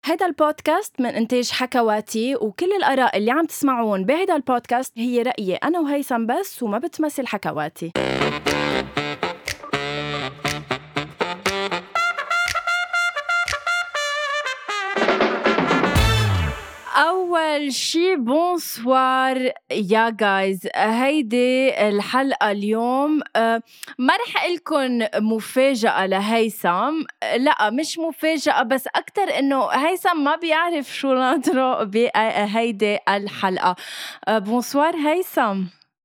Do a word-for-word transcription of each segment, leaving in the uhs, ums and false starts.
هيدا البودكاست من إنتاج حكواتي، وكل الآراء اللي عم تسمعون بهيدا البودكاست هي رأيي أنا وهيثم بس، وما بتمثل حكواتي. أول شي بونسوار يا جايز، هيدي الحلقة اليوم أه ما رح أقلكن مفاجأة لهيثم، لا مش مفاجأة، بس أكتر إنه هيثم ما بيعرف شو ناطره بهيدي الحلقة. أه بونسوار هيثم.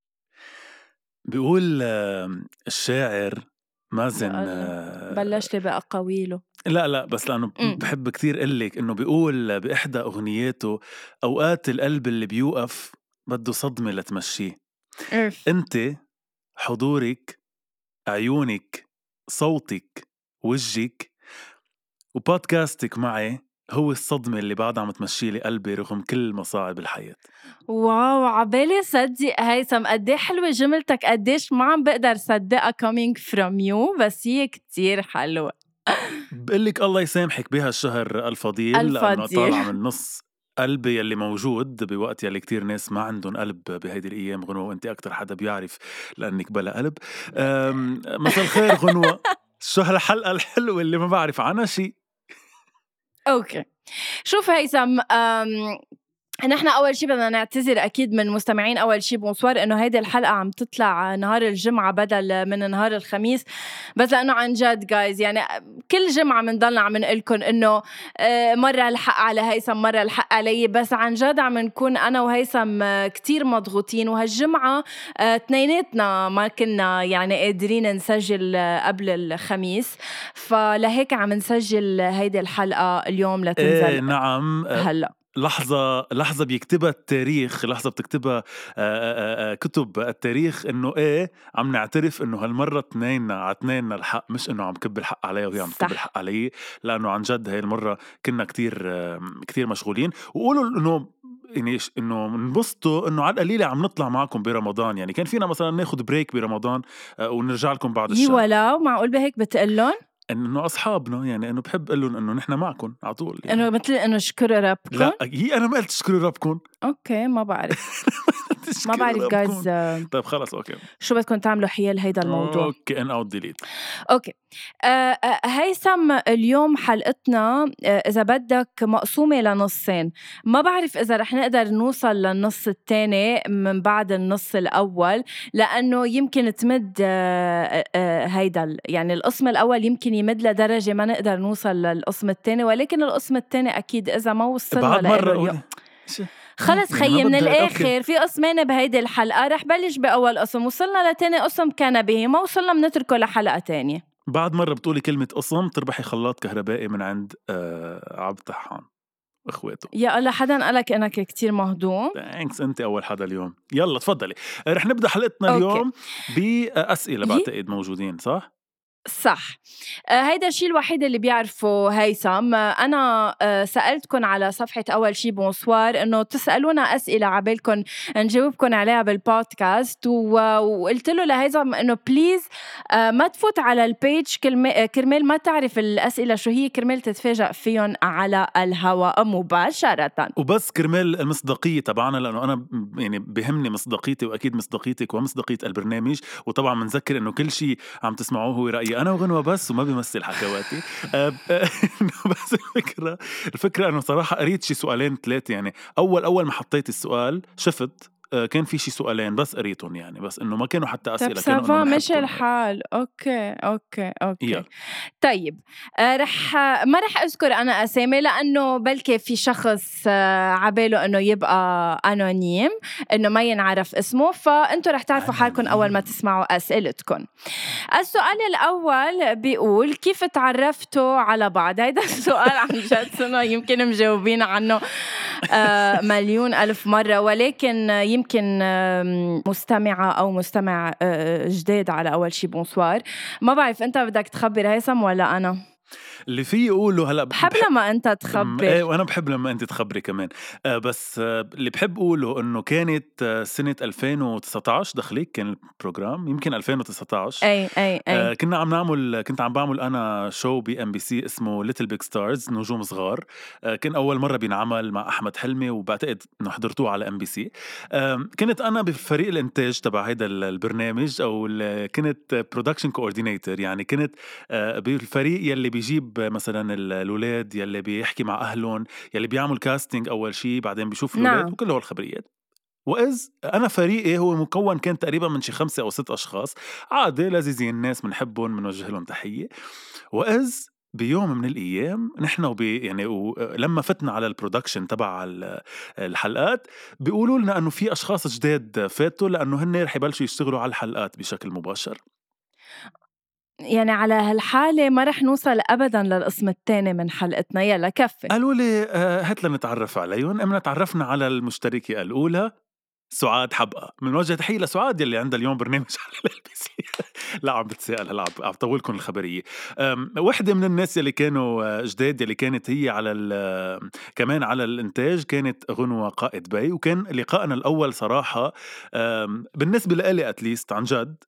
بيقول الشاعر مازن، بلش لي بأقاويله. لا لا بس لأنه بحب كتير قلك إنه بيقول بإحدى أغنياته: أوقات القلب اللي بيوقف بده صدمة لتمشيه. إرف. أنت حضورك، عيونك، صوتك، وجهك وبودكاستك معي هو الصدمة اللي بعد عم تمشي لي قلبي رغم كل مصاعب الحياة. واو، عبالي صدق هيثم قديه حلوة جملتك، قديش ما عم بقدر صدقها coming from you، بس هي كتير حلوة. بقلك الله يسامحك بهالشهر الفضيل، لأنه طالع من نص قلبي يلي موجود بوقت يلي كتير ناس ما عندهم قلب بهيدي الأيام. غنوة وانت أكتر حدا بيعرف لأنك بلا قلب. مساء الخير غنوة. شو هالحلقة الحلوة اللي ما بعرف عنها شي؟ أوكي شوف هيثم، نحن أول شي بدنا نعتذر أكيد من مستمعين. أول شي بونسوار إنه هيدي الحلقة عم تطلع نهار الجمعة بدل من نهار الخميس، بس لأنه عن جد جايز يعني كل جمعة منضلنا عم نقلكن إنه مرة الحق على هيثم مرة الحق علي، بس عن جد عم نكون أنا وهيثم كتير مضغوطين، وهالجمعة اثنيناتنا ما كنا يعني قادرين نسجل قبل الخميس، فلهيك عم نسجل هيدي الحلقة اليوم لتنزل. إيه نعم. هلأ لحظة لحظة بيكتبها التاريخ، لحظة بتكتبها آآ آآ كتب التاريخ، إنه إيه عم نعترف إنه هالمرة تنيننا عتنيننا الحق، مش إنه عم كب الحق عليها وهي عم تكب الحق علي، لأنه عن جد هاي المرة كنا كتير كتير مشغولين. وقولوا إنه يعني إنه نبسطوا إنه على القليلة عم نطلع معكم برمضان، يعني كان فينا مثلا ناخد بريك برمضان ونرجع لكم بعد الشهر. ولا معقول بهيك بتقلن إنه أصحابنا، يعني إنه بحب قلن إنه نحن معكم على طول، يعني إنه مثل إنه شكروا ربكم. لا هي أنا ما قلت شكروا ربكم. أوكي ما بعرف ما بعرف جايز. طيب خلاص أوكي، شو بدكم تعملوا حيال هيدا الموضوع؟ أوكي إن أوت ديليت. أوكي أه هيثم، اليوم حلقتنا أه إذا بدك مقسومة لنصين. ما بعرف إذا رح نقدر نوصل للنص الثاني من بعد النص الأول، لأنه يمكن تمد أه أه هيدا يعني القسم الأول يمكن يمد لدرجة ما نقدر نوصل للقسم الثاني، ولكن القسم الثاني أكيد إذا ما وصلنا له خلص خيي من الآخر في قسمين بهيدي الحلقة، رح بلش بأول قسم، وصلنا لتاني قسم كان به، ما وصلنا منتركه لحلقة تانية. بعد مرة بتقولي كلمة قسم تربحي خلاط كهربائي من عند آه عبد طحان اخواته. يا الله حدا قالك انك كتير مهضوم؟ ثانكس، انت اول حدا اليوم. يلا تفضلي، رح نبدأ حلقتنا أوكي. اليوم بأسئلة بعتقد موجودين صح؟ صح. آه هيدا الشيء الوحيد اللي بيعرفه هيثم. آه أنا آه سألتكن على صفحة أول شي بونسوار إنه تسألونا أسئلة عبالكن نجاوبكن عليها بالبودكاست، وقلت له لهيثم إنه بليز آه ما تفوت على البيج كرمال ما تعرف الأسئلة شو هي، كرمال تتفاجأ فيهم على الهواء مباشرة، وبس كرمال المصداقية تبعنا، لأنه أنا يعني بهمني مصداقيتي وأكيد مصداقيتك ومصداقية البرنامج. وطبعا منذكر إنه كل شيء عم تسمعوه هو رأيي أنا وغنوة بس، وما بيمثل حكواتي. بس الفكرة الفكرة أنه صراحة قريت شي سؤالين ثلاثة، يعني أول أول ما حطيت السؤال شفت كان في شي سؤالين بس قريتهم، يعني بس إنه ما كانوا حتى أسئلة، كانوا مش الحال. أوكي أوكي أوكي يلا. طيب آه رح ما رح أذكر أنا أسامي، لأنه بلكي في شخص آه عباله أنه يبقى أنونيم، أنه ما ينعرف اسمه، فأنتوا رح تعرفوا حالكم أول ما تسمعوا أسئلتكم. السؤال الأول بيقول: كيف تعرفتوا على بعض؟ هيدا السؤال عن جد سنة يمكن مجاوبين عنه آه مليون ألف مرة، ولكن يمكن آه مستمعة أو مستمع آه جديد على أول شي بونسوار. ما بعرف أنت بدك تخبر هيثم ولا أنا؟ اللي في يقوله هلا بحب لما أنت تخبر. ايه وأنا بحب لما أنت تخبري كمان. آه بس آه اللي بحب أقوله إنه كانت آه سنة ألفين وتسعطعش دخليك كان البروجرام، يمكن ألفين وتسعطعش. أي أي أي آه كنا عم نعمل كنت عم بعمل أنا شو بي إم بي سي اسمه ليتل بيج ستارز، نجوم صغار. آه كان أول مرة بينعمل مع أحمد حلمي، وبعتقد إنه حضرتوه على إم بي سي. آه كنت أنا بفريق الإنتاج تبع هيدا البرنامج، أو كنت برودكشن كوردينيتور، يعني كنت آه بالفريق يلي بيجيب مثلا الأولاد، يلي بيحكي مع أهلهم، يلي بيعمل كاستينج أول شيء، بعدين بيشوف الأولاد نعم. وكل هول الخبريات. وإذ أنا فريقي هو مكون كان تقريبا من شي خمسة أو ست أشخاص عادي لذيذين، الناس بنحبهم بنوجه لهم تحية. وإذ بيوم من الأيام نحن وبي يعني ولما فتنا على البرودكشن تبع الحلقات بيقولوا لنا أنه في أشخاص جداد فاتوا، لأنه هن رح يبلشوا يشتغلوا على الحلقات بشكل مباشر. يعني على هالحالة ما رح نوصل أبداً للقسم الثاني من حلقتنا، يلا كفي. قالوا لي آه هات لنتعرف عليهم. أمنا تعرفنا على المشتركة الأولى سعاد حبقى، من وجه تحية لسعاد يلي عندها اليوم برنامج على ال بي سي. لا عم بتسأل هلا عم بطولكم الخبرية. وحدة من الناس يلي كانوا جداد يلي كانت هي على كمان على الإنتاج كانت غنوة قائد بي، وكان لقائنا الأول صراحة بالنسبة لي أتليست عن جد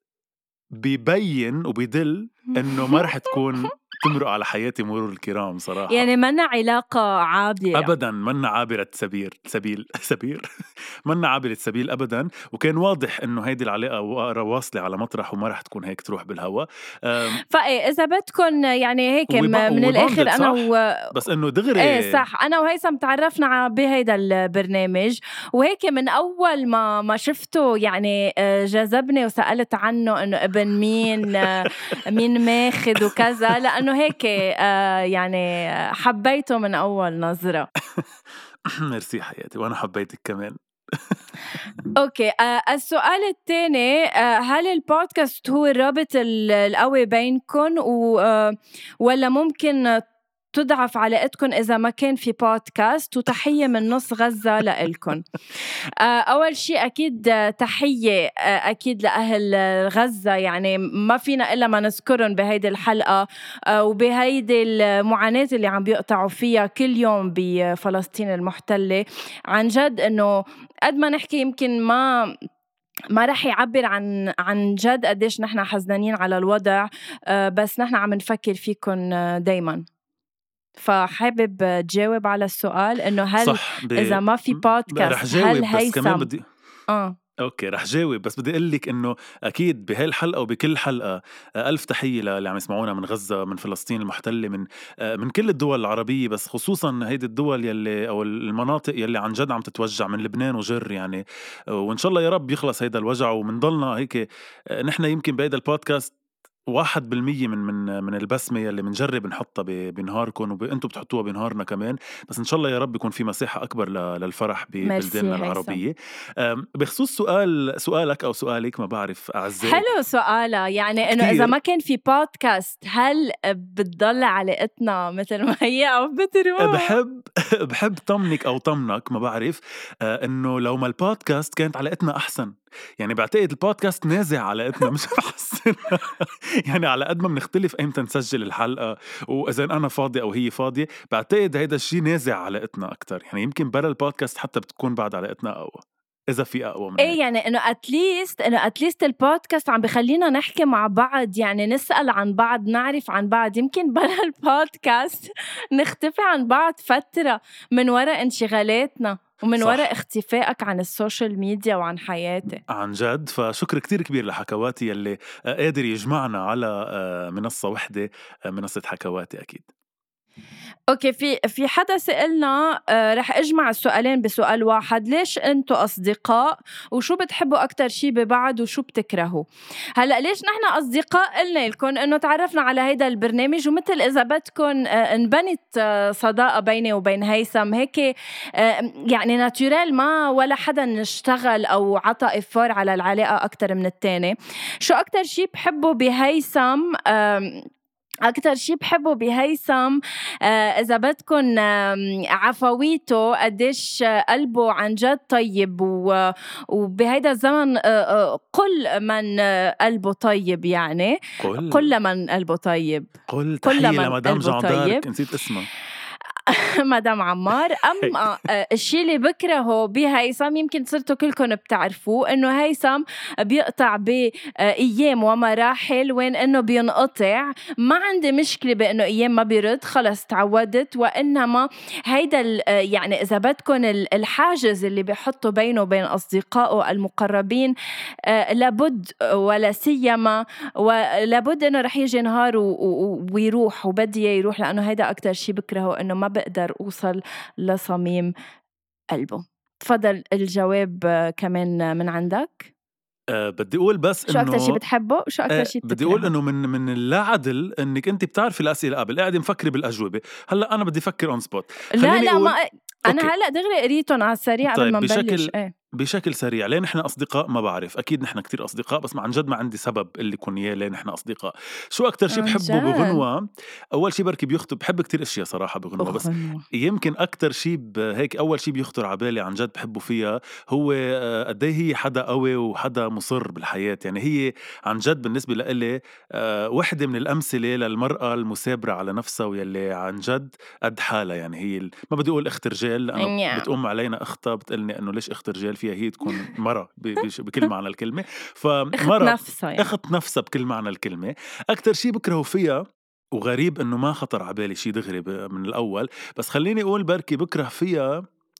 بيبين وبيدل إنه ما رح تكون تمرق على حياتي مرور الكرام صراحة. يعني منا علاقة عابرة أبداً، منا عابرة سبيل سبيل سبيل منا عابرة سبيل أبداً. وكان واضح إنه هيدي العلاقة واصلة على مطرح وما رح تكون هيك تروح بالهوا. فإيه إذا بدكن يعني هيك من الآخر أنا و... بس إنه دغري إيه صح، أنا وهيثم تعرفنا بهيدا البرنامج، وهيك من أول ما ما شفته يعني جذبني وسألت عنه إنه ابن مين مين ماخد وكذا، لأنه هيك يعني حبيته من أول نظرة. ميرسي حياتي، وأنا حبيتك كمان. أوكي. آه السؤال الثاني، آه هل البودكاست هو الرابط القوي بينكم و آه ولا ممكن تضعف علاقتكم إذا ما كان في بودكاست؟ وتحية من نص غزة لإلكم. آه أول شيء أكيد تحية آه أكيد لأهل غزة، يعني ما فينا إلا ما نذكرهم بهيدي الحلقة آه وبهيدي المعاناة اللي عم بيقطعوا فيها كل يوم بفلسطين المحتلة. عن جد إنه قد ما نحكي يمكن ما ما رح يعبر عن عن جد قديش نحن حزنانين على الوضع، آه بس نحن عم نفكر فيكم دايما. فحابب تجاوب على السؤال إنه هل ب... إذا ما في بودكاست هل هيثم بدي... آه اوكي رح جاوب، بس بدي اقول لك انه اكيد بهالحلقه وبكل حلقه الف تحيه للي عم يسمعونا من غزه، من فلسطين المحتله، من من كل الدول العربيه، بس خصوصا هيدي الدول يلي او المناطق يلي عن جد عم تتوجع، من لبنان وجر يعني. وان شاء الله يا رب يخلص هيدا الوجع ومنضلنا هيك. نحن يمكن بهيدا البودكاست واحد بالمية من من من البسمة يلي منجرب نحطها بنهاركم وانتم بتحطوها بنهارنا كمان، بس إن شاء الله يا رب يكون في مساحة أكبر للفرح ببلداننا العربية. بخصوص سؤال سؤالك أو سؤالك ما بعرف أعزائي، حلو سؤالها، يعني إنه إذا ما كان في بودكاست هل بتضل علاقتنا مثل ما هي أو بتروح؟ بحب بحب طمنك أو طمنك ما بعرف إنه لو ما البودكاست كانت علاقتنا أحسن. يعني بعتقد البودكاست نازع علاقتنا مش محسن. يعني على قد ما بنختلف ايمتى نسجل الحلقة وإذا أنا فاضي أو هي فاضية، بعتقد هيدا الشيء نازع علاقتنا أكتر. يعني يمكن برا البودكاست حتى بتكون بعد علاقتنا أقوى إذا في أقوى من إيه، يعني إنه أتليست إنه أتليست البودكاست عم بخلينا نحكي مع بعض، يعني نسأل عن بعض، نعرف عن بعض. يمكن برا البودكاست نختفي عن بعض فترة من وراء انشغالاتنا ومن وراء اختفائك عن السوشيال ميديا وعن حياتي. عن جد. فشكر كتير كبير لحكواتي يلي قادر يجمعنا على منصة وحدة، منصة حكواتي أكيد. اوكي، في في حدا سألنا آه رح اجمع السؤالين بسؤال واحد، ليش انتوا اصدقاء وشو بتحبوا اكتر شي ببعض وشو بتكرهوا؟ هلا ليش نحن اصدقاء؟ قلنا لكم انه تعرفنا على هيدا البرنامج، ومثل اذا بدكم آه انبنت آه صداقه بيني وبين هيثم هيك آه يعني ناتورال، ما ولا حدا نشتغل او عطى افار على العلاقه اكتر من التاني. شو اكتر شي بحبه بهيثم؟ آه أكتر شي بحبه بهيثم آه إذا بدكن عفويته قديش قلبه عن جد طيب، وبهيدا الزمن آه قل من قلبه طيب، يعني قل كل من قلبه طيب، قل كل تحية من لمدام قلبه طيب. جعدارك، نسيت اسمها. مدام عمار. أما الشيء اللي بكرهه بهيثم يمكن صرتوا كلكم بتعرفوه، إنه هيثم بيقطع بأيام ومراحل وين إنه بينقطع. ما عندي مشكلة بإنه أيام ما بيرد، خلص تعودت، وإنما هيدا يعني إذا بدكن الحاجز اللي بيحطه بينه وبين أصدقائه المقربين لابد ولا سيما ولابد إنه رح يجي نهار ويروح، وبدي يروح، لأنه هيدا أكتر شيء بكرهه، إنه ما بقدر أوصل لصميم قلبه. تفضل الجواب كمان من عندك. أه بدي أقول بس شو إنه أكتر شيء بتحبه وشو أكتر أه شيء بتكرهه؟ بدي أقول إنه من من اللاعدل إنك أنت بتعرفي الأسئلة قبل، قاعدة مفكرة بالأجوبة. هلا أنا بدي أفكر أون سبوت. لا لا ما أنا هلا دغري قريتهم على السريع قبل طيب ما نبلش. بشكل ايه بشكل سريع، ليه نحن أصدقاء؟ ما بعرف، أكيد نحن كتير أصدقاء، بس ما عن جد ما عندي سبب اللي يكون إياه ليه نحن أصدقاء. شو أكتر شيء بحبه بغنوة؟ أول شيء بركي بيخطر، بحب كتير أشياء صراحة بغنوة، بس يمكن أكتر شيء هيك أول شيء بيخطر عبالي عن جد بحبه فيها هو قديه هي حدا قوي وحدا مصر بالحياة. يعني هي عن جد بالنسبة لإلي وحدة من الأمثلة للمرأة المثابرة على نفسها ويلي عن جد قد حالها. يعني هي ما بدي أقول أخت رجال لأنه بتقوم علينا أختها بتقلني أنه ليش أخت رجال، فيها هي تكون مرة بكل معنى الكلمة، فمرة نفسها يعني. أخت نفسها بكل معنى الكلمة. أكتر شيء بكرهه فيها، وغريب أنه ما خطر عبالي شيء دغري من الأول، بس خليني أقول بركي بكره فيها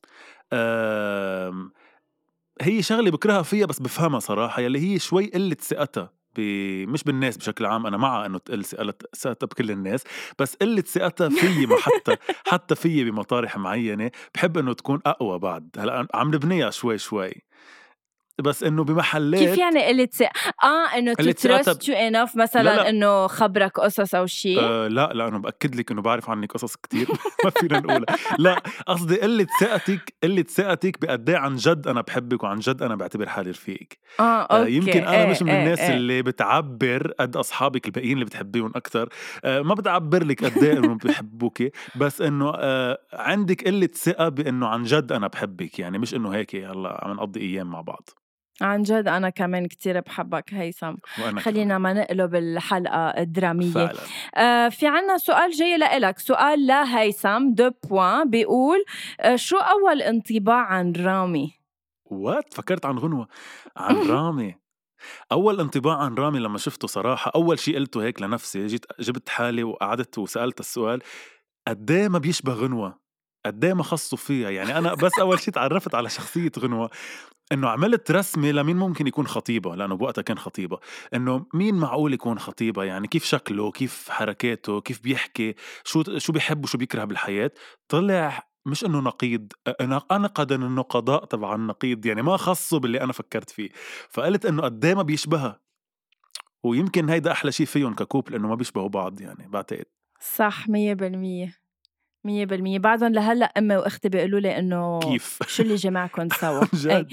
هي شغلة بكرهها فيها بس بفهمها صراحة، يلي هي شوي قلة ثقتها مش بالناس بشكل عام. أنا معها أنه تقل ثقتها بكل الناس، بس قلة ثقتها فيي، ما حتى حتى فيي بمطارح معينة بحب أنه تكون أقوى. بعد هلأ عم نبنيها شوي شوي، بس انه بمحلات. كيف يعني قلت س... اه انه تترست يو انف مثلا انه خبرك قصص او شيء؟ آه لا لا انا باكد لك انه بعرف عنك قصص كتير ما فينا نقولها. لا قصدي قله ثقتك، قله ثقتك بقد ايه عن جد انا بحبك وعن جد انا بعتبر حالي رفيقك. اه اوكي. آه يمكن انا ايه مش من ايه الناس ايه. اللي بتعبر قد اصحابك الباقيين اللي بتحبيهم اكثر. آه ما بتعبر لك قد ايه انه بحبوك، بس انه آه عندك قله ثقه بانه عن جد انا بحبك، يعني مش انه هيك هلا عم نقضي ايام مع بعض. عن جد أنا كمان كتير بحبك هيثم. خلينا ما نقلب الحلقة الدرامية. فعلا. آه في عنا سؤال جاي لإلك، سؤال لهيثم دو بوان، بيقول آه شو أول انطباع عن رامي؟ وات فكرت عن غنوة عن رامي. أول انطباع عن رامي لما شفته صراحة أول شيء قلته هيك لنفسي، جيت جبت حالي وقعدت وسألت السؤال قديه ما بيشبه غنوة، قديه ما خصوا فيها. يعني أنا بس أول شيء تعرفت على شخصية غنوة إنه عملت رسمة لمين ممكن يكون خطيبة، لأنه بوقتها كان خطيبة، إنه مين معقول يكون خطيبة، يعني كيف شكله، كيف حركاته، كيف بيحكي، شو شو بيحب وشو بيكره بالحياة. طلع مش إنه نقيض، أنا أنقد النقضاء تبع النقيض، يعني ما خصه باللي أنا فكرت فيه. فقلت إنه قديه ما بيشبهها، ويمكن هيدا أحلى شيء فيهم ككوبل إنه ما بيشبهوا بعض. يعني بعتقد صح مية بالمية مية بالمية. بعدهم لهلأ أمي وأختي بيقولوا لي إنه كيف شو اللي جمعكم سوا. جد.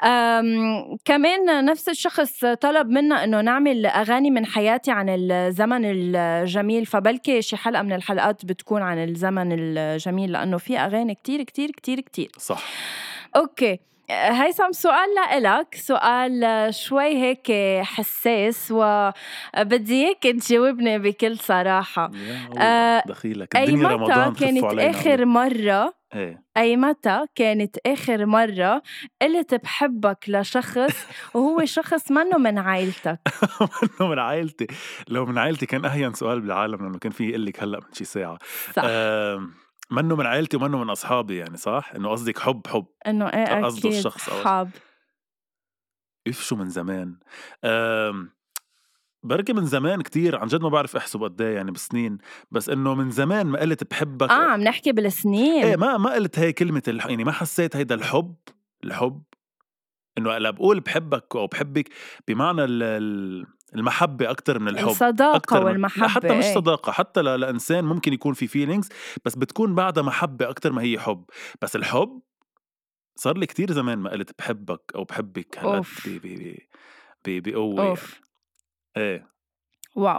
كمان نفس الشخص طلب منا إنه نعمل أغاني من حياتي عن الزمن الجميل، فبلكي شي حلقة من الحلقات بتكون عن الزمن الجميل، لأنه في أغاني كتير كتير كتير كتير. صح. أوكي هيثم، سؤال لإلك، سؤال شوي هيك حساس وبدي اياك تجاوبني بكل صراحة. آه دخيلك الدنيا رمضان كانت آخر مرة ايه. أي متى كانت آخر مرة قلت بحبك لشخص وهو شخص منه من عائلتك؟ منه من عائلتي؟ لو من عائلتي كان أهين سؤال بالعالم، لأنه كان فيه يقلك هلأ من شي ساعة. صح. آه منه من عائلتي ومنه من أصحابي، يعني صح؟ إنه قصدك حب حب إنه إيه قصده الشخص حب. إف شو من زمان. آه بركي من زمان كتير عن جد ما بعرف احسب قد ايه يعني بسنين، بس انه من زمان ما قلت بحبك. اه عم نحكي بالسنين. ايه ما ما قلت هاي كلمة الح... يعني ما حسيت هيدا الحب الحب انه لا بقول بحبك او بحبك بمعنى ال... المحبة أكتر من الحب، الصداقة والمحبة. حتى مش ايه. صداقة، حتى ل... لإنسان ممكن يكون في فيلينجز بس بتكون بعدها محبة أكتر ما هي حب. بس الحب صار لي كتير زمان ما قلت بحبك أو بحبك هالقد بقوة يعني. ايه واو.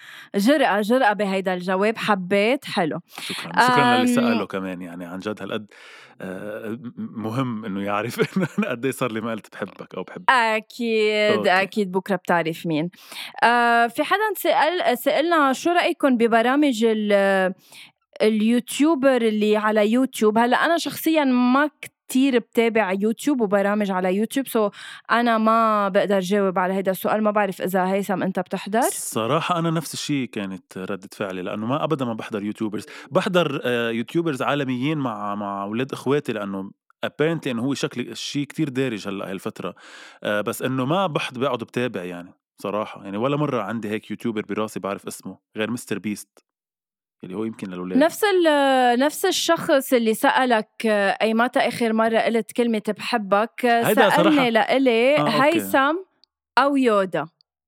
جرأة جرأة بهيدا الجواب، حبيت. حلو. شكرا شكرا للي أم، سأله كمان، يعني عن جد هالقد آه، مهم انه يعرف انه انا قد ايه صار لي ما قلت بحبك او بحب. أكيد اوكي. أكيد بكرة بتعرف مين. آه في حدا سأل سألنا شو رأيكم ببرامج ال- اليوتيوبر اللي على يوتيوب. هلأ أنا شخصيا ما كتير بتابع يوتيوب وبرامج على يوتيوب، سو أنا ما بقدر جاوب على هيدا السؤال. ما بعرف إذا هيثم أنت بتحضر. صراحة أنا نفس الشيء كانت ردة فعلي، لأنه ما أبدا ما بحضر يوتيوبرز. بحضر آه، يوتيوبرز عالميين مع مع أولاد إخواتي، لأنه apparently إنه هو شكل الشيء كتير دارج هلا هالفترة. آه، بس إنه ما بحضر بقعد بتابع يعني صراحة. يعني ولا مرة عندي هيك يوتيوبر براسي بعرف اسمه غير مستر بيست اللي هو يمكن للأولاد. نفس ال- نفس الشخص اللي سألك آه، أي متى آخر مرة قلت كلمة بحبك، آه، هيدا صراحة سألني لإلي آه أوكي. هيثم أو يودا.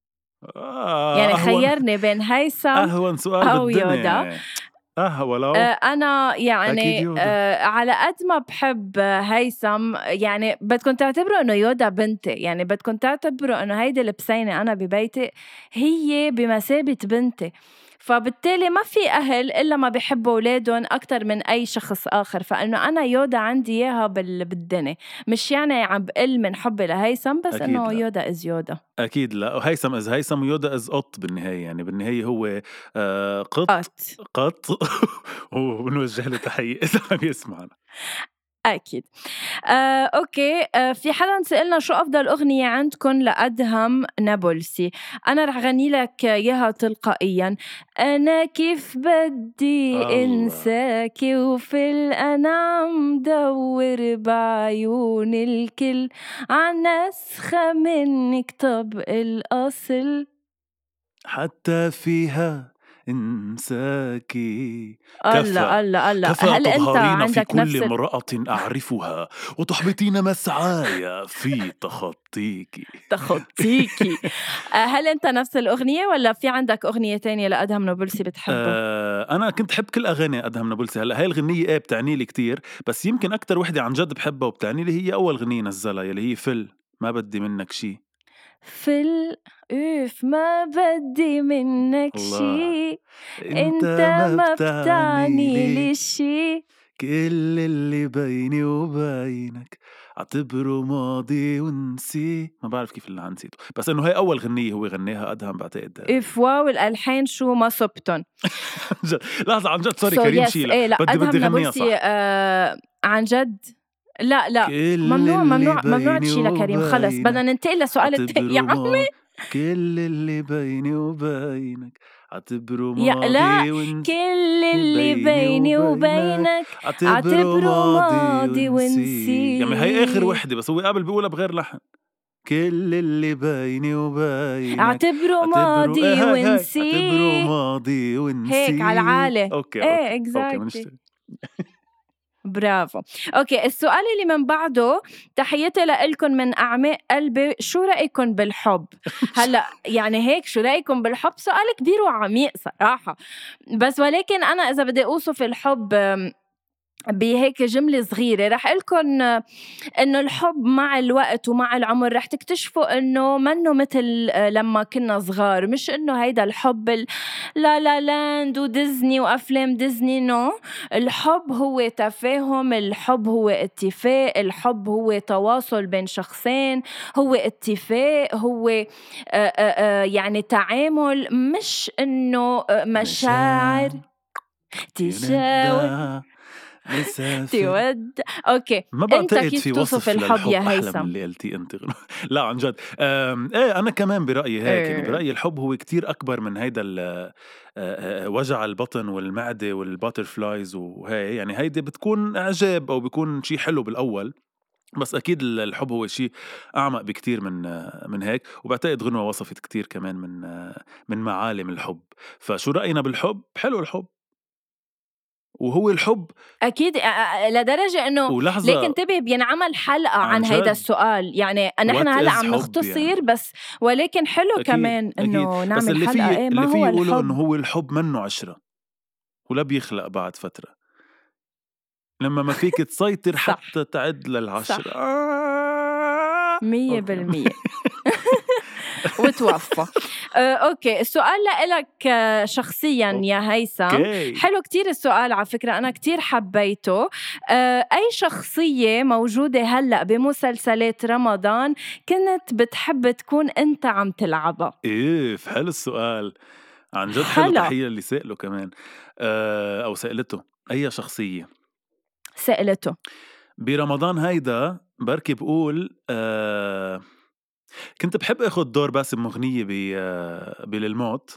آه يعني أهون خيرني بين هيثم أهون سؤال أو يودا. بالدنيا. أه ولو آه، أنا أكيد يعني يودا. آه، على قد ما بحب آه، هيثم، يعني بدكم تعتبروا إنه يودا بنتي، يعني بدكم تعتبروا إنه هيدي البسينة أنا ببيتي هي بمثابة بنتي. فبالتالي ما في أهل إلا ما بيحبوا أولادهم أكتر من أي شخص آخر. فإنه أنا يودا عندي إياها بال- بالدنيا، مش يعني عم بقل من حبي لهيثم، بس أكيد إنه لا. يودا إز يودا. أكيد لا. هيثم إز هيثم ويودا إز قط بالنهاية. يعني بالنهاية هو آه قط قط قط ونوجه له تحية إذا عم يسمعنا. أكيد. آه، أوكي. آه، في حدا سألنا شو أفضل أغنية عندكم لأدهم نابلسي. أنا رح غني لك إياها تلقائيا. أنا كيف بدي الله. إنساكي وفي الأنام دور بعيون الكل عن نسخة منك. طب الأصل حتى فيها انساكي. الله كفى الله الله. كفى هل أنت تظهرين في عندك نفس كل ال... امرأة أعرفها وتحبطين مسعاي في تخطيك. تخطيكي. آه، هل أنت نفس الأغنية ولا في عندك أغنية تانية لأدهم نابلسي بتحبها؟ آه أنا كنت حب كل أغاني أدهم نابلسي. هلا هاي الغنية إيه بتعني لي كتير، بس يمكن أكتر وحدة عن جد بحبها وبتعني لي هي أول غنية نزلها يلي هي فل ما بدي منك شي. فل أوف ما بدي منك الله. شي، انت انت ما ما بتعني بتعني لي لي شي. كل اللي بيني وبينك اعتبره ماضي ونسي. ما بعرف كيف اللي نسيته، بس انه هاي اول غنية هو غناها ادهم بعتقد. اف واو الألحان شو ما صبتن. جد. لحظة عن جد سوري so كريم yes. شيلة. ايه لا بدي بدي أدهم غنيها نابلسي صح. آه عن جد. لا لا كل ممنوع اللي ممنوع ممنوع بيني تشيلها كريم. خلص بدنا وبينك ننتقل للسؤال التاني يا اعتبره عمي. ما كل اللي بيني وبينك اعتبره يا لا ماضي ونسي. كل اللي بيني بيني وبينك وبينك اعتبره اعتبره ماضي ماضي ونسي. يعني هي اخر ونسي. وحدة، بس هو قبل بيقولها بغير لحن. كل اللي بيني وبينك اعتبره اعتبره ماضي ايه هاي هاي ونسي. اعتبره ماضي ونسي. هيك على العالي. اوكي ايه اوكي اوكي اكزاكتلي. بنشتغل. برافو. اوكي السؤال اللي من بعده، تحياتي لكم من اعماق قلبي. شو رايكم بالحب؟ هلا يعني هيك شو رايكم بالحب سؤال كبير وعميق صراحه، بس ولكن انا اذا بدي اوصف الحب أم، بهيك جملة صغيرة رح قلكن إنه الحب مع الوقت ومع العمر رح تكتشفوا إنه منه مثل لما كنا صغار. مش إنه هيدا الحب ال- لا لا لاند وديزني وأفلام ديزني. نو no. الحب هو تفاهم، الحب هو اتفاق، الحب هو تواصل بين شخصين، هو اتفاق، هو آآ آآ يعني تعامل، مش إنه مشاعر تشاور تود. اوكي ما انت بعتقد كيف في توصف وصف الحب للحب يا احلى من هيثم؟ اللي قلتيه انت. لا عن جد. أم، ايه انا كمان برايي هيك. يعني إيه. برايي الحب هو كتير اكبر من هيدا ال- آه، آه، وجع البطن والمعده والباترفلايز وهي. يعني هيدي بتكون اعجاب او بيكون شيء حلو بالاول، بس اكيد الحب هو شيء اعمق بكتير من من هيك. وبعتقد غنوة وصفت كتير كمان من من معالم الحب. فشو راينا بالحب؟ حلو الحب، وهو الحب اكيد. آه، آه، لدرجه انه ليك ولحظه انتبه بينعمل حلقه عن عن هيدا جد السؤال. يعني نحن وات هلا از عم حب نختصر يعني. بس ولكن حلو اكيد كمان اكيد. انه بس نعمل اللي حلقه. فيه ايه ما اللي فيه هو يقولوا انه الحب؟ هو الحب منه عشرة ولا بيخلق بعد فتره لما ما فيك تسيطر صح حتى تعد للعشرة. صح آه. مية اوكي. بالمية. وتوفى. آه، أوكي، السؤال لإلك آه، شخصياً يا هيثم. أوكي. حلو كتير السؤال على فكرة، أنا كتير حبيته. آه، أي شخصية موجودة هلأ بمسلسلات رمضان كنت بتحب تكون أنت عم تلعبها؟ إيه حلو السؤال عن جد، حلو. حلو. تحية اللي سأله كمان آه، أو سألته أي شخصية سألته برمضان هيدا. بركي بقول آه كنت بحب اخد دور باسم مغنية ب بالموت.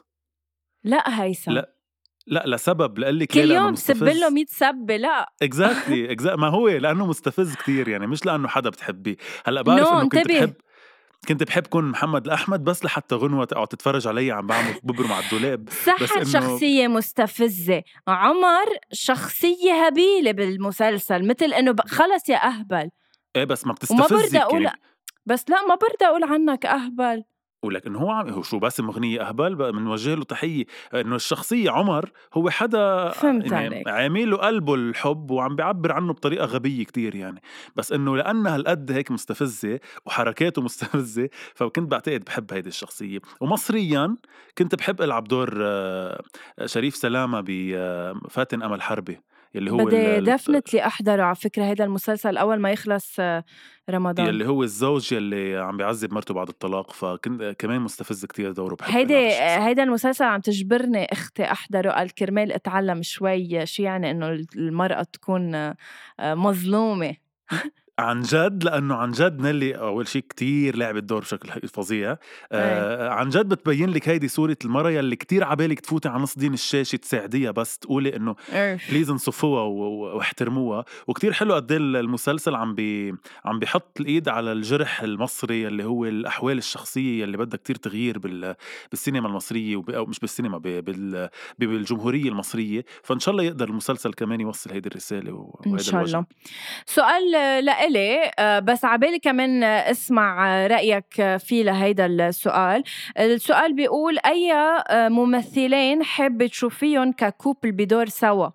لا هيثم، لا لا لسبب لقلك كل ليه، لأنه يوم سبله مستفز. مية سبة. لا اكزاكتلي exactly. ما هو لأنه مستفز كتير يعني، مش لأنه حدا بتحبيه. هلا نو بعرف انه كنت انتبه. بحب كنت بحب كون محمد الأحمد بس لحتى غنوة تقعد تتفرج علي عم بعمل ببرم على الدولاب. بس صحت انه شخصية مستفزة. عمر شخصية هبيلة بالمسلسل، مثل انه ب- خلص يا اهبل. ايه بس ما وما برد بتستفزك اقول، يعني. بس لا ما برد اقول عنك اهبل. ولكن هو عم هو شو باسم مغنية أهبل بقى، بنوجه له تحية. إنه الشخصية عمر هو حدا فهمت يعني عليك. عامل له قلبه الحب وعم بيعبر عنه بطريقة غبية كتير يعني. بس إنه لأنها هالقد هيك مستفزة وحركاته مستفزة، فكنت بعتقد بحب هيدي الشخصية. ومصريا كنت بحب ألعب دور آه، شريف سلامة بفاتن أمل حربي اللي هو ال- بدي ال- دفنتلي احضره على فكرة هيدا المسلسل اول ما يخلص آه، رمضان. يلي هو الزوج يلي عم بيعذب مرته بعد الطلاق. فكنت كمان مستفز كتير دوره، بحب هيدا ألعب الشخصية. هيدا المسلسل عم تجبرني اختي احضره، قال كرمال اتعلم شوي شو يعني انه المرأة تكون آه، مظلومة. عن جد، لأنه عن جد نيلي أول شي كتير لعبت دور بشكل فظيع. ايه آه عن جد بتبين لك هيدي صورة المرة يلي كتير عبالك تفوتي على نص دين الشاشة تساعديها، بس تقولي إنه عرف. بليز انصفوها واحترموها. وكتير حلو قد ايه المسلسل عم بي عم بيحط الإيد على الجرح المصري اللي هو الأحوال الشخصية اللي بدها كتير تغيير بال بالسينما المصرية وب... أو مش بالسينما ب... بال... بالجمهورية المصرية. فإن شاء الله يقدر المسلسل كمان يوصل هيدي الرسالة إن وهيدا شاء الوجع. الله. سؤال لإلي آه، بس عبالي كمان آه، اسمع آه، رأيك آه، فيه لهيدا السؤال. السؤال بيقول أي آه، ممثلين حابة تشوفيهم ككوبل بدور سوا؟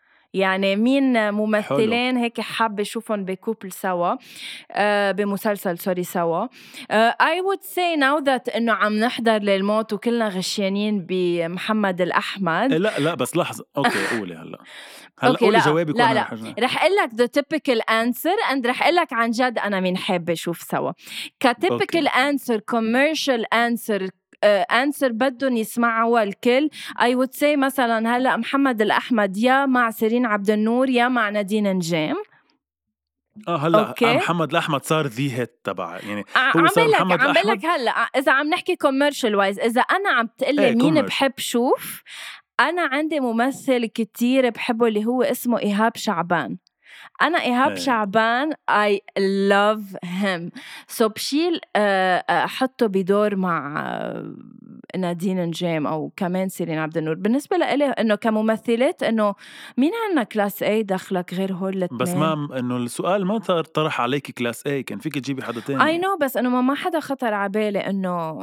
يعني مين حلو. ممثلين هيك حابة شوفهم بكوبل سوا آه، بمسلسل سوري سوا. آه، I would say now that إنه عم نحضر للموت وكلنا غشيانين بمحمد الأحمد. إيه لا لا بس لحظة، أوكي قولي هلا هلا اوكي قولي لا جوابك لا وأنا لا رح أجي. رح اقول لك the typical answer and رح اقول لك عن جد انا مين حابه اشوف سوا كtypical أوكي. answer commercial answer انسر بدهم يسمعوا الكل. I would say مثلا هلا محمد الأحمد يا مع سيرين عبد النور يا مع نادين نجام. اه هلا اوكي محمد الأحمد صار ذي هيت تبع يعني. ع- هو عم صار بقول لك محمد عم بقول لك الأحمد. هلا اذا عم نحكي commercial wise، اذا انا عم تقلي ايه مين كوميرشال. بحب شوف، انا عندي ممثل كتير بحبه اللي هو اسمه إيهاب شعبان. أنا إيهاب ايه شعبان I love him. so بشيل آه، آه، حطه بدور مع آه، نادين نجام أو كمان سيرين عبد النور. بالنسبة لإلي إنه كممثلات إنه مين عنا كلاس A دخلك غير هول بس الاثنين؟ ما انه السؤال ما طر- طرح عليك كلاس اي، كان فيك تجيبي حدا I تاني. know بس إنه ما ما حدا خطر عبالي إنه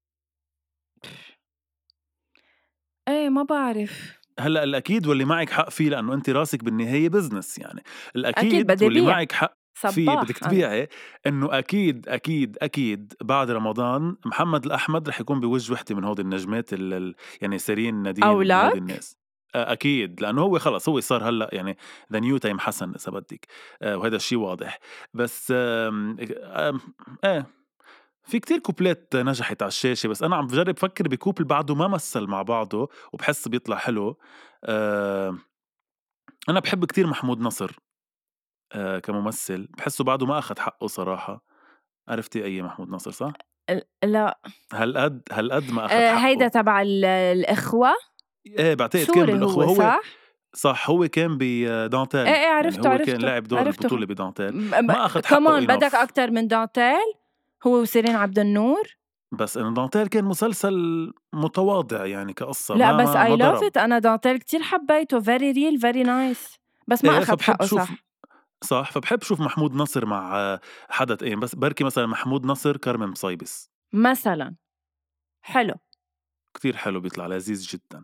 إيه ما بعرف. هلا الاكيد واللي معك حق فيه، لانه انت راسك بالنهايه بزنس يعني. أكيد الاكيد بدي واللي بيع معك حق فيه بدك صباح أنا. تبيعي، انه اكيد اكيد اكيد بعد رمضان محمد الاحمد رح يكون بوجه وحده من هود النجمات ال ال- يعني سيرين نادين هودي أولك الناس. آه، اكيد لانه هو خلص هو صار هلا يعني ذا نيو تايم حسن اذا بدك. آه، وهذا الشيء واضح. بس آم، آم، ايه في كتير كوبلات نجحت على الشاشة، بس أنا عم بجرب فكر بكوبل بعده ما مثل مع بعضه وبحس بيطلع حلو. آه أنا بحب كتير محمود نصر آه كممثل، بحسه بعده ما أخذ حقه صراحة. عرفتي أي محمود نصر صح؟ ال- لا هالقد هالقد ما أخذ آه، هيدا حقه. تبع ال- الإخوة. إيه بعتقد كان سوري بالأخوة هو هو. صح؟ صح هو كان ايه بدانتيل، ايه يعني عرفته هو كان عرفته لاعب دور عرفته. البطولة بدانتيل. ما أخذ حقه كمان بدك إناف. أكتر من دانتيل هو وسيرين عبد النور. بس إنه دانتيل كان مسلسل متواضع يعني كقصة، لا ما بس ما I ما love ضرب. it. أنا دانتيل كتير حبيته very real very nice بس ما إيه أخذ فبحب حقه شوف. صح. صح فبحب شوف محمود نصر مع آه، حدا تاني، بس بركي مثلا محمود نصر كارمن مصيبس مثلا حلو. كتير حلو بيطلع لذيذ جدا.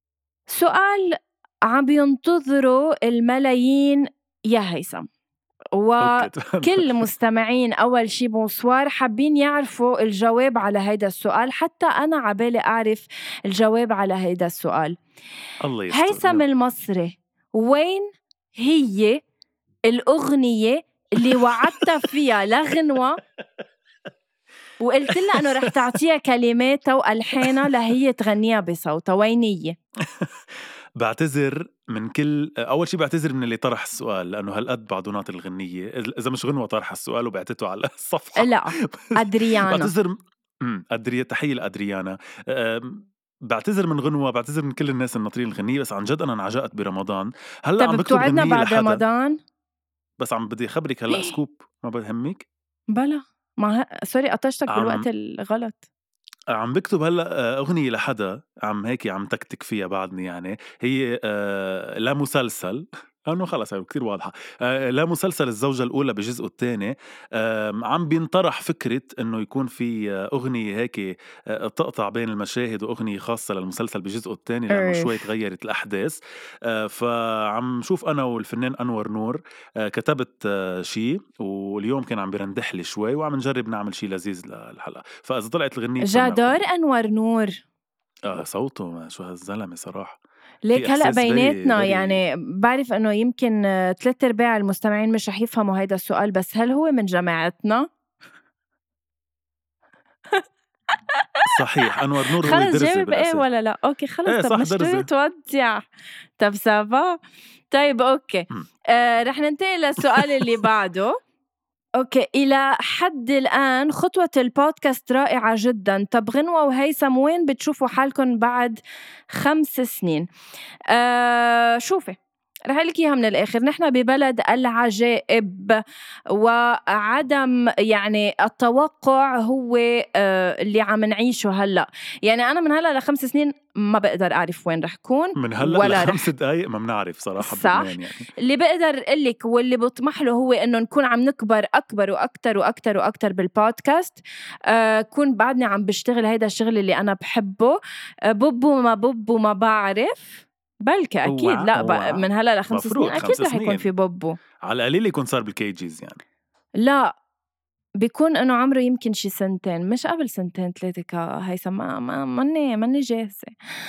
سؤال عم بينتظروا الملايين يا هيثم وكل مستمعين أول شي بونسوار حابين يعرفوا الجواب على هيدا السؤال، حتى أنا عبالي أعرف الجواب على هيدا السؤال. الله يستر. هيثم المصري، وين هي الأغنية اللي وعدتها فيها لغنوة وقلت لها أنه رح تعطيها كلماتها وألحانها لهي تغنيها بصوتها؟ وينية؟ بعتذر من كل أول شي بعتذر من اللي طرح السؤال، لأنه هالقد بعده ناطر الغنية إذا مش غنوة طرح السؤال وبعتته على الصفحة. لا أدريانا. بعتذر م... أدري تحية لأدريانا. أم... بعتذر من غنوة، بعتذر من كل الناس الناطرين الغنية، بس عن جد أنا انعجقت برمضان. هلا عم بكتب غنية بعد لحدا. رمضان بس عم بدي خبرك هلا سكوب ما بهمك. بلا ما ه... سوري قطشتك عم... بالوقت الغلط. عم بكتب هلا أغنية لحدا، عم هيك عم تكتك فيها بعدني يعني. هي آه لا مسلسل أنه خلص هي كتير واضحة. آه لا مسلسل الزوجة الأولى بجزء الثاني. آه عم بينطرح فكرة إنه يكون في أغنية هيك آه تقطع بين المشاهد، وأغنية خاصة للمسلسل بجزء الثاني لأنه شوي تغيرت الأحداث. آه فعم شوف أنا والفنان أنور نور آه كتبت آه شي، واليوم كان عم بيرندح لي شوي، وعم نجرب نعمل شي لذيذ للحلقة. فإذا طلعت الغنية جادار أنور نور آه صوته شو هالزلمة صراحة. ليك هلأ بيناتنا يعني بعرف أنه يمكن ثلاثة أرباع المستمعين مش رح يفهموا هيدا السؤال، بس هل هو من جماعتنا؟ صحيح أنور نور هو خلص جاوب إيه ولا لا؟ أوكي خلص. ايه طب مش تودع. طب سافا. طيب أوكي آه رح ننتقل للسؤال اللي بعده. أوكي، إلى حد الآن خطوة البودكاست رائعة جداً. طب غنوة وهيثم وين بتشوفوا حالكم بعد خمس سنين؟ آه شوفي رح لك إياها من الآخر، نحن ببلد العجائب، وعدم يعني التوقع هو آه اللي عم نعيشه هلأ. يعني أنا من هلأ لخمس سنين ما بقدر أعرف وين رح كون، من هلأ ولا لخمس دقايق ما بنعرف صراحة. صح يعني. اللي بقدر أقلك واللي بطمح له هو إنه نكون عم نكبر أكبر وأكتر وأكتر وأكتر بالبودكاست. آه كون بعدني عم بشتغل هيدا الشغل اللي أنا بحبه. آه ببو ما ببو ما بعرف، بلكي أكيد لا ب... من هلا لخمس سنين أكيد رح يكون في بوبو. على القليل يكون صار بالكيجيز يعني. لا بيكون إنه عمره يمكن شي سنتين، مش قبل سنتين ثلاثة كهيثم. ما ما مني مني جاهزة.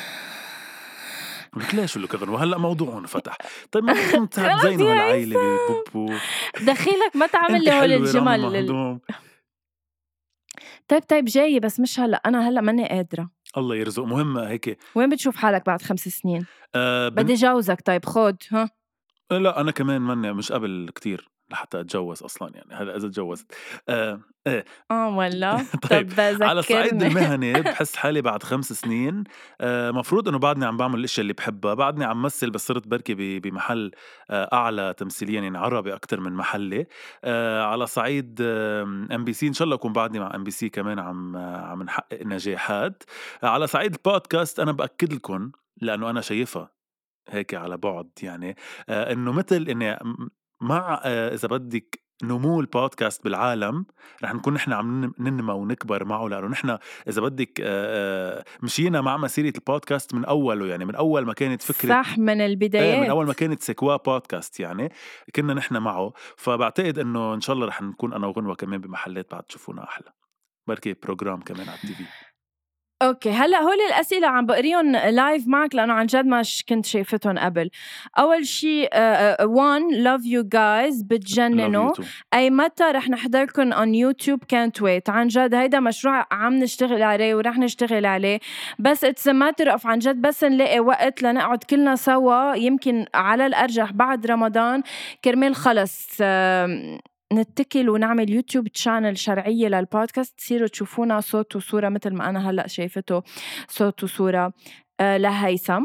لك ليش لك غنوة هلا موضوعنا فتح. طيب ما كنت زينه هالعائلة ببوبو دخيلك ما تعمل لي هول الجمل لل... طيب طيب جاي بس مش هلا. أنا هلا مني قادرة. الله يرزق. مهم هيك وين بتشوف حالك بعد خمس سنين؟ أه بن... بدي جوزك. طيب خود ها. لا أنا كمان مني مش قبل كتير لحتى أتجوز أصلاً يعني. هلا إذا تجوزت آه إيه آه ولا. طيب على الصعيد المهني بحس حالي بعد خمس سنين آه مفروض إنه بعدني عم بعمل الأشياء اللي بحبها، بعدني عم مثل، بس صرت بركي بمحل آه أعلى تمثيليا يعني عربي أكتر من محلي. آه على صعيد ام بي سي إن شاء الله أكون بعدني مع ام بي سي كمان عم آه عم نحقق نجاحات. آه على صعيد البودكاست أنا بأكد لكم لأنه أنا شايفها هيك على بعد يعني آه إنه مثل إني مع آه إذا بدك نمو البودكاست بالعالم رح نكون نحن عم ننمى ونكبر معه، لأنه نحن إذا بدك آه مشينا مع مسيرة البودكاست من أوله يعني، من أول ما كانت فكرة صح من البدايات. من أول ما كانت سكوا بودكاست يعني كنا نحن معه. فبعتقد إنه إن شاء الله رح نكون أنا وغنوة كمان بمحلات بعد تشوفونا أحلى، بركي بروجرام كمان على التي في. اوكي هلا هول الاسئله عم بقريهم لايف معك لانه عن جد ما كنت شايفتهم قبل. اول شيء one love you guys بتجننوا. اي متى رح نحضركم on يوتيوب can't wait. عن جد هيدا مشروع عم نشتغل عليه ورح نشتغل عليه، بس it's a matter of عن جد بس نلاقي وقت لنقعد كلنا سوا، يمكن على الارجح بعد رمضان كرمال خلص نتكل ونعمل يوتيوب تشانل شرعية للبودكاست، تصيروا تشوفونا صوت وصورة مثل ما أنا هلأ شايفته صوت وصورة آه لهيثم.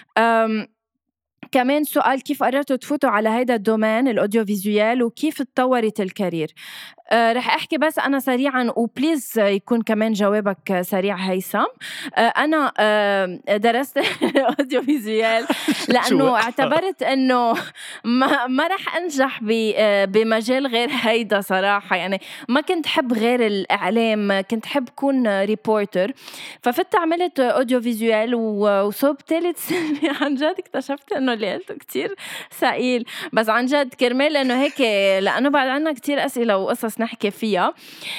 كمان سؤال كيف قررتوا تفوتوا على هيدا الدومين الأوديو فيزيوال وكيف تطورت الكارير؟ أه رح أحكي بس أنا سريعاً وبليز يكون كمان جوابك سريع هيثم. أه أنا أه درست أوديو فيزيوال لأنه اعتبرت أنه ما, ما رح أنجح بمجال غير هيدا صراحة. يعني ما كنت حب غير الإعلام، كنت حب كون ريبورتر، ففت عملت أوديو فيزيوال وصوب ثالث سنة عن جد اكتشفت أنه اللي قلته كتير ثقيل، بس عن جد كرمال إنه هيك، لأنه بعد عنا كتير أسئلة وقصص نحكي فيها.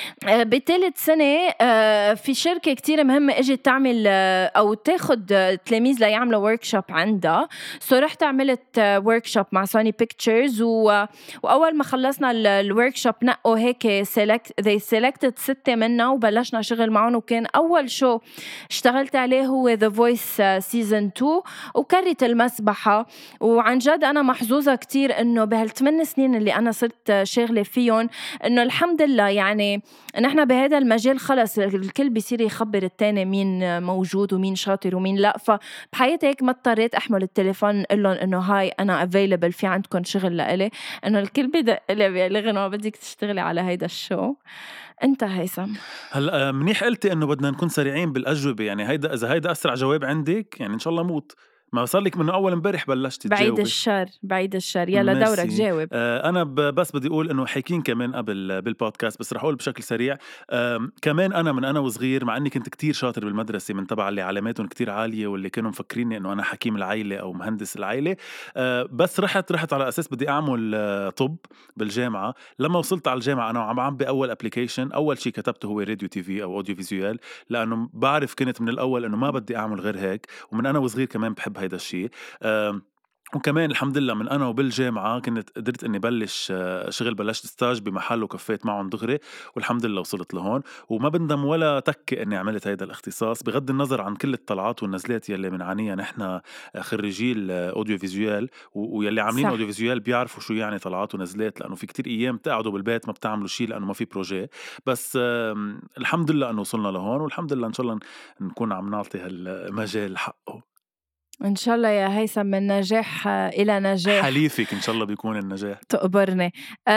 بثالث سنة في شركة كتير مهمة اجت تعمل أو تاخد تلاميذ ليعملوا وركشوب عندها، سو رحت عملت وركشوب مع سوني بيكتشرز، و... وأول ما خلصنا الوركشوب نقوا هيك سيلكت they selected ستة منا وبلشنا شغل معهم. وكان أول شو اشتغلت عليه هو The Voice Season two وكرت المسبحة. وعن جد أنا محظوظة كتير إنه بهالثمان سنين اللي أنا صرت شاغلة فيهم إنه الحمد لله يعني نحن بهذا المجال خلص الكل بيصير يخبر التاني مين موجود ومين شاطر ومين لا. فبحياتي هيك ما اضطريت أحمل التليفون قل لهم إنه هاي أنا available في عندكم شغل لإلي، إنه الكل بدق لي بيقلغ إنه بدك تشتغلي على هيدا الشو. أنت هيثم هلا منيح قلتي إنه بدنا نكون سريعين بالأجوبة، يعني هيدا إذا هيدا أسرع جواب عندك يعني إن شاء الله موت. ما صار لك من أول امبارح بلشت تجاوبي. بعيد الشر بعيد الشر يلا دورك جاوب. آه أنا بس بدي أقول إنه حكين كمان قبل بالبودكاست، بس رح أقول بشكل سريع. آه كمان أنا من أنا وصغير مع إني كنت كتير شاطر بالمدرسة من تبع اللي علاماتهم كتير عالية واللي كانوا مفكريني إنه أنا حكيم العائلة أو مهندس العائلة. آه بس رحت رحت على أساس بدي أعمل آه طب بالجامعة. لما وصلت على الجامعة أنا عم عم بأول أبليكيشن أول شيء كتبته هو راديو تي في أو أوديو فيزيوال، لأنه بعرف كنت من الأول إنه ما بدي أعمل غير هيك، ومن أنا وصغير كمان بحب هيدا الشيء. أه وكمان الحمد لله من أنا وبالجامعة كنت قدرت أني بلش شغل، بلشت ستاج بمحل وكفيت معهم دغري والحمد لله وصلت لهون. وما بندم ولا تك أني عملت هيدا الاختصاص بغض النظر عن كل الطلعات والنزلات يلي منعانيها نحن خريجي الأوديو فيزيوال، ويلي عاملين أوديو فيزيوال بيعرفوا شو يعني طلعات ونزلات، لأنه في كتير أيام تقعدوا بالبيت ما بتعملوا شيء لأنه ما في بروجي. بس الحمد لله أنه وصلنا لهون، والحمد لله إن شاء الله نكون عم نعطي هالمجال حقه إن شاء الله يا هيثم من نجاح إلى نجاح. حليفك إن شاء الله بيكون النجاح. تقبرني.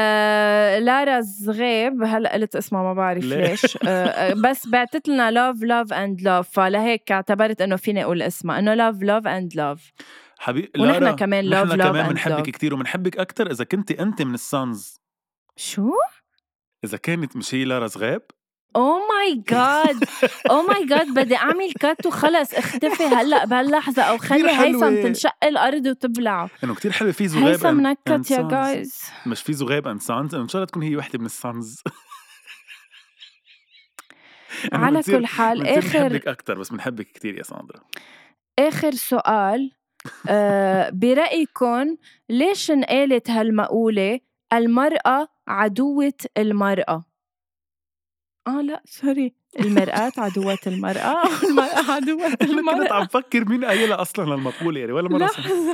آه لارا زغيب هلأ قلت اسمها ما بعرف ليش آه بس بعتت لنا love love and love، فلهيك اعتبرت إنه فيني أقول اسمها إنه love love and love. حبيبي ونحن كمان love نحن love كمان and منحبك love. كتير ومنحبك أكتر إذا كنت أنت من السانز. شو؟ إذا كانت مش هي لارا زغيب. Oh my god oh my god بدي أعمل كات وخلص اختفي هلأ بهاللحظة، أو خلي هيثم تنشق الأرض وتبلع. إنه كتير حلو في زغيب هيثم نكت يا جايز، مش في زغيب أند سانز، إن شاء الله تكون هي واحدة من السانز. على كل حال آخر بنحبك أكتر بس بنحبك كتير يا ساندرا. آخر سؤال آه برأيكم ليش انقالت هالمقولة المرأة عدوة المرأة؟ آه لا سوري المرأة عدوة المرأة المرأة عدوة المرأة. كنت عم فكر مين قايلها أصلاً المقولة يعني ولا مرة. لحظة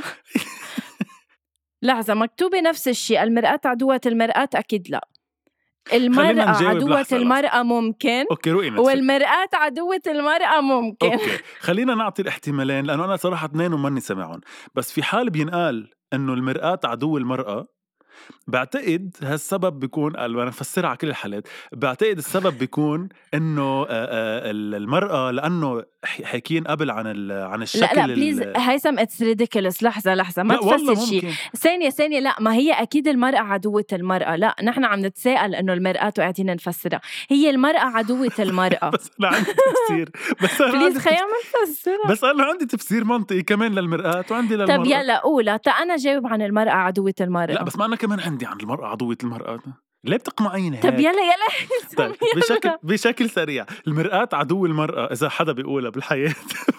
لحظة مكتوبة نفس الشيء المرأة عدوة المرأة أكيد لا. المرأة عدوة المرأة ممكن. أوكي رؤينا. والمرأة عدوة المرأة ممكن. أوكي خلينا نعطي الاحتمالين لأنه أنا صراحة اثنين وماني سمعهم. بس في حال بينقال إنه المرأة عدو المرأة بعتقد هالسبب بيكون، أنا نفسرها على كل الحالات، بعتقد السبب بيكون إنه المرأة لأنه حكين قبل عن عن الشكل. لا لا بليز هيثم اتس ريديكولس. لحظة لحظة ما تفسر شيء ثانية ثانية. لا ما هي أكيد المرأة عدوة المرأة، لا نحن عم نتساءل إنه المرأة وقاعدين نفسرها هي المرأة عدوة المرأة. بس أنا عندي تفسير بس بليز خلينا نفسرها. بس أنا عندي تفسير منطقي كمان للمرأة وعندي للمرأة. طب يلا قولها تا أنا جاوب عن المرأة عدوة المرأة. لا بس ما أنا كمان عندي عن المرأة عدوة المرأة. ليه بتقمعين هيك؟ طب يلا يلا طيب بشكل بشكل سريع المرأة عدو المرأة إذا حدا بيقولها بالحياة.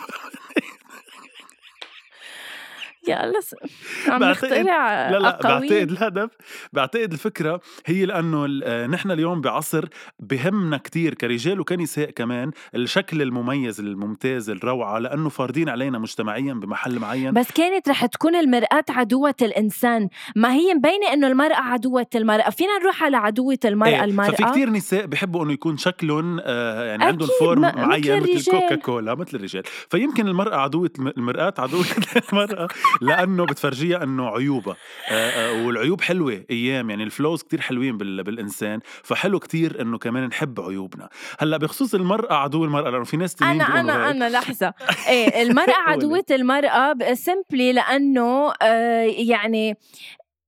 يلا عم نخترع لا لا بعتقد الهدف بعتقد الفكرة هي لأنه نحن اليوم بعصر بهمنا كتير كرجال وكنساء كمان الشكل المميز الممتاز الروعة، لأنه فاردين علينا مجتمعيا بمحل معين. بس كانت رح تكون المرأة عدوة الإنسان، ما هي مبينة إنه المرأة عدوة المرأة. فينا نروح على عدوة المرأة. ايه المرأة ففي كتير نساء بيحبوا إنه يكون شكلهم آه يعني عندهم فورم معين مثل كوكا كولا مثل الرجال، فيمكن المرأة عدوة المرأة عدوة المرأة لأنه بتفرجيها أنه عيوبة آه آه والعيوب حلوة أيام، يعني الفلوز كتير حلوين بالإنسان، فحلو كتير أنه كمان نحب عيوبنا. هلأ بخصوص المرأة عدو المرأة لأنه في ناس تانيين أنا أنا أنا لحظة إيه المرأة عدوة المرأة سيمبلي لأنه آه يعني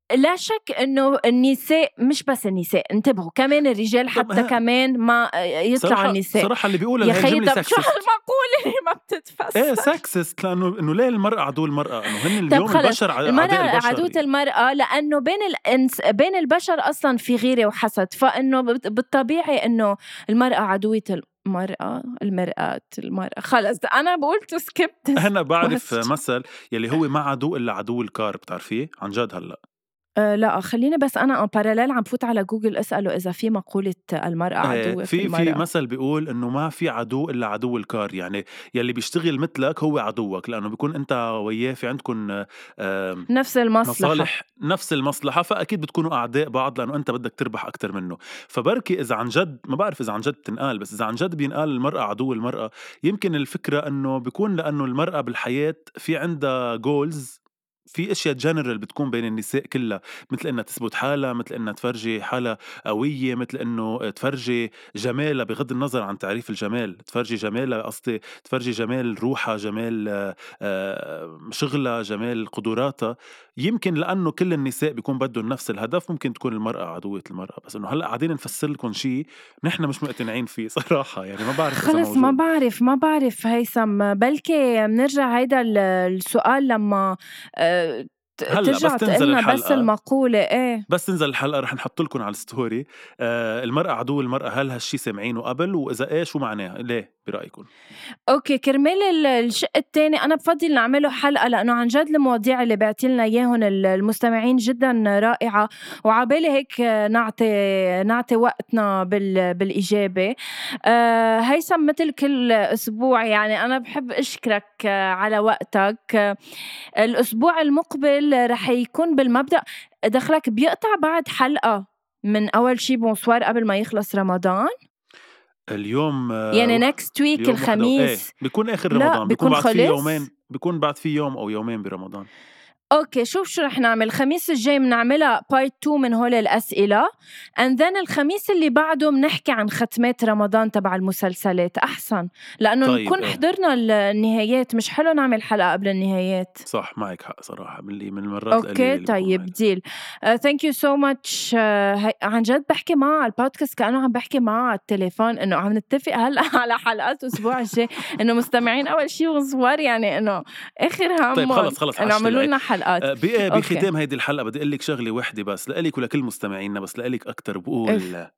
لا شك انه النساء مش بس النساء، انتبهوا كمان الرجال حتى كمان ما يطلعوا النساء. صراحة اللي بيقول هاي الجملة سكسست. شو هالمقولة اللي ما بتتفسر؟ ايه سكسست، لانه انه ليه المرأة عدو المرأة؟ انه هن اليوم البشر عدو البشر. عدوة المرأة لانه بين الانس بين البشر اصلا في غيرة وحسد، فانه بالطبيعي انه المرأة عدوة المرأة المرأة المرأة خلص أنا بقولت سكبت. أنا بعرف مثل يلي هو ما عدو إلا عدو الكار، بتعرفيه عن جد هلأ؟ أه لا خليني بس أنا أن باراليل عم فوت على جوجل أسأله إذا في مقولة المرأة عدوة في المرأة. في مثل بيقول إنه ما في عدو إلا عدو الكار، يعني يلي بيشتغل مثلك هو عدوك، لأنه بيكون أنت وياه في عندكم نفس المصلحة، مصالح نفس المصلحة، فأكيد بتكونوا أعداء بعض لأنه أنت بدك تربح أكتر منه. فبركي إذا عن جد، ما بعرف إذا عن جد بتنقال، بس إذا عن جد بينقال المرأة عدو المرأة، يمكن الفكرة إنه بيكون لأنه المرأة بالحياة في عندها جولز، في اشياء جنرال بتكون بين النساء كلها، مثل انها تثبت حالها، مثل انها تفرجي حالها قويه، مثل انه تفرجي جمالها بغض النظر عن تعريف الجمال، تفرجي جمالها، قصدي تفرجي جمال روحها، جمال شغلها، جمال قدراتها. يمكن لانه كل النساء بيكون بدهم نفس الهدف، ممكن تكون المراه عدوه المراه. بس انه هلا قاعدين نفسر لكم شيء نحن مش مقتنعين فيه صراحه، يعني ما بعرف اذا خلص ما بعرف ما بعرف هيثم، بلكي بنرجع هيدا السؤال لما هلا بس تنزل الحلقة، بس المقولة ايه بس تنزل الحلقة رح نحط لكم على الستوري آه المرأة عدو المرأة، هل هالشي سمعينه قبل؟ وإذا ايه شو معناها؟ ليه برأيكم؟ اوكي كرمال الشق الثاني انا بفضل نعمله حلقة، لأنه عن جد المواضيع اللي بعتلنا اياهن المستمعين جدا رائعة، وعبالي هيك نعطي نعطي وقتنا بال بالإجابة. آه هيثم مثل كل أسبوع يعني أنا بحب أشكرك على وقتك. الأسبوع المقبل رح يكون بالمبدأ دخلك بيقطع بعد حلقة من أول شي بونسوار قبل ما يخلص رمضان. اليوم يعني next week الخميس ايه بيكون آخر رمضان، بيكون بعد فيه يومين، بيكون بعد فيه يوم أو يومين برمضان. اوكي شوف شو رح نعمل. الخميس الجاي بنعملها بارت تو من هول الأسئلة، and then الخميس اللي بعده بنحكي عن ختمات رمضان تبع المسلسلات أحسن، لأنه طيب نكون ايه. حضرنا النهايات، مش حلو نعمل حلقة قبل النهايات. صح معك حق صراحة، من اللي من المرات اوكي طيب ديل. ثانك يو سو ماتش. عن جد بحكي معه على البودكاست كأنه عم بحكي معه على التليفون، انه عم نتفق هلا على حلقات اسبوع الجاي انه مستمعين اول شيء وصور، يعني انه اخر هم طيب خلص خلص انه عملوا لنا حلقات. بختام هيدي الحلقة بدي أقول لك شغلة وحدة بس لإلك ولكل مستمعينا، بس لإلك أكتر بقول إف. شكرا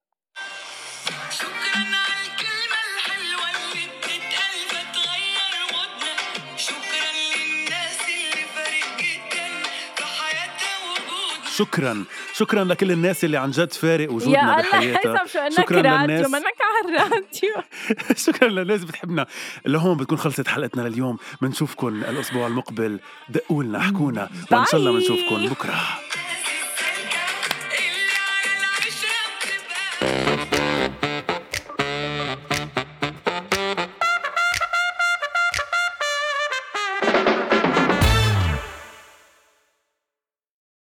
على الكلمة الحلوة اللي بتتقال بتغير مودنا، شكرا للناس اللي فرق جدا في حياتها وجودنا، شكرا شكرا لكل الناس اللي عن جد فارق وجودنا بحياتها. شكرا للناس منك على الراديو. شكرا للناس بتحبنا. لهون بتكون خلصت حلقتنا لليوم، بنشوفكم الأسبوع المقبل، دقوا لنا احكونا وإن شاء الله بنشوفكم بكرة.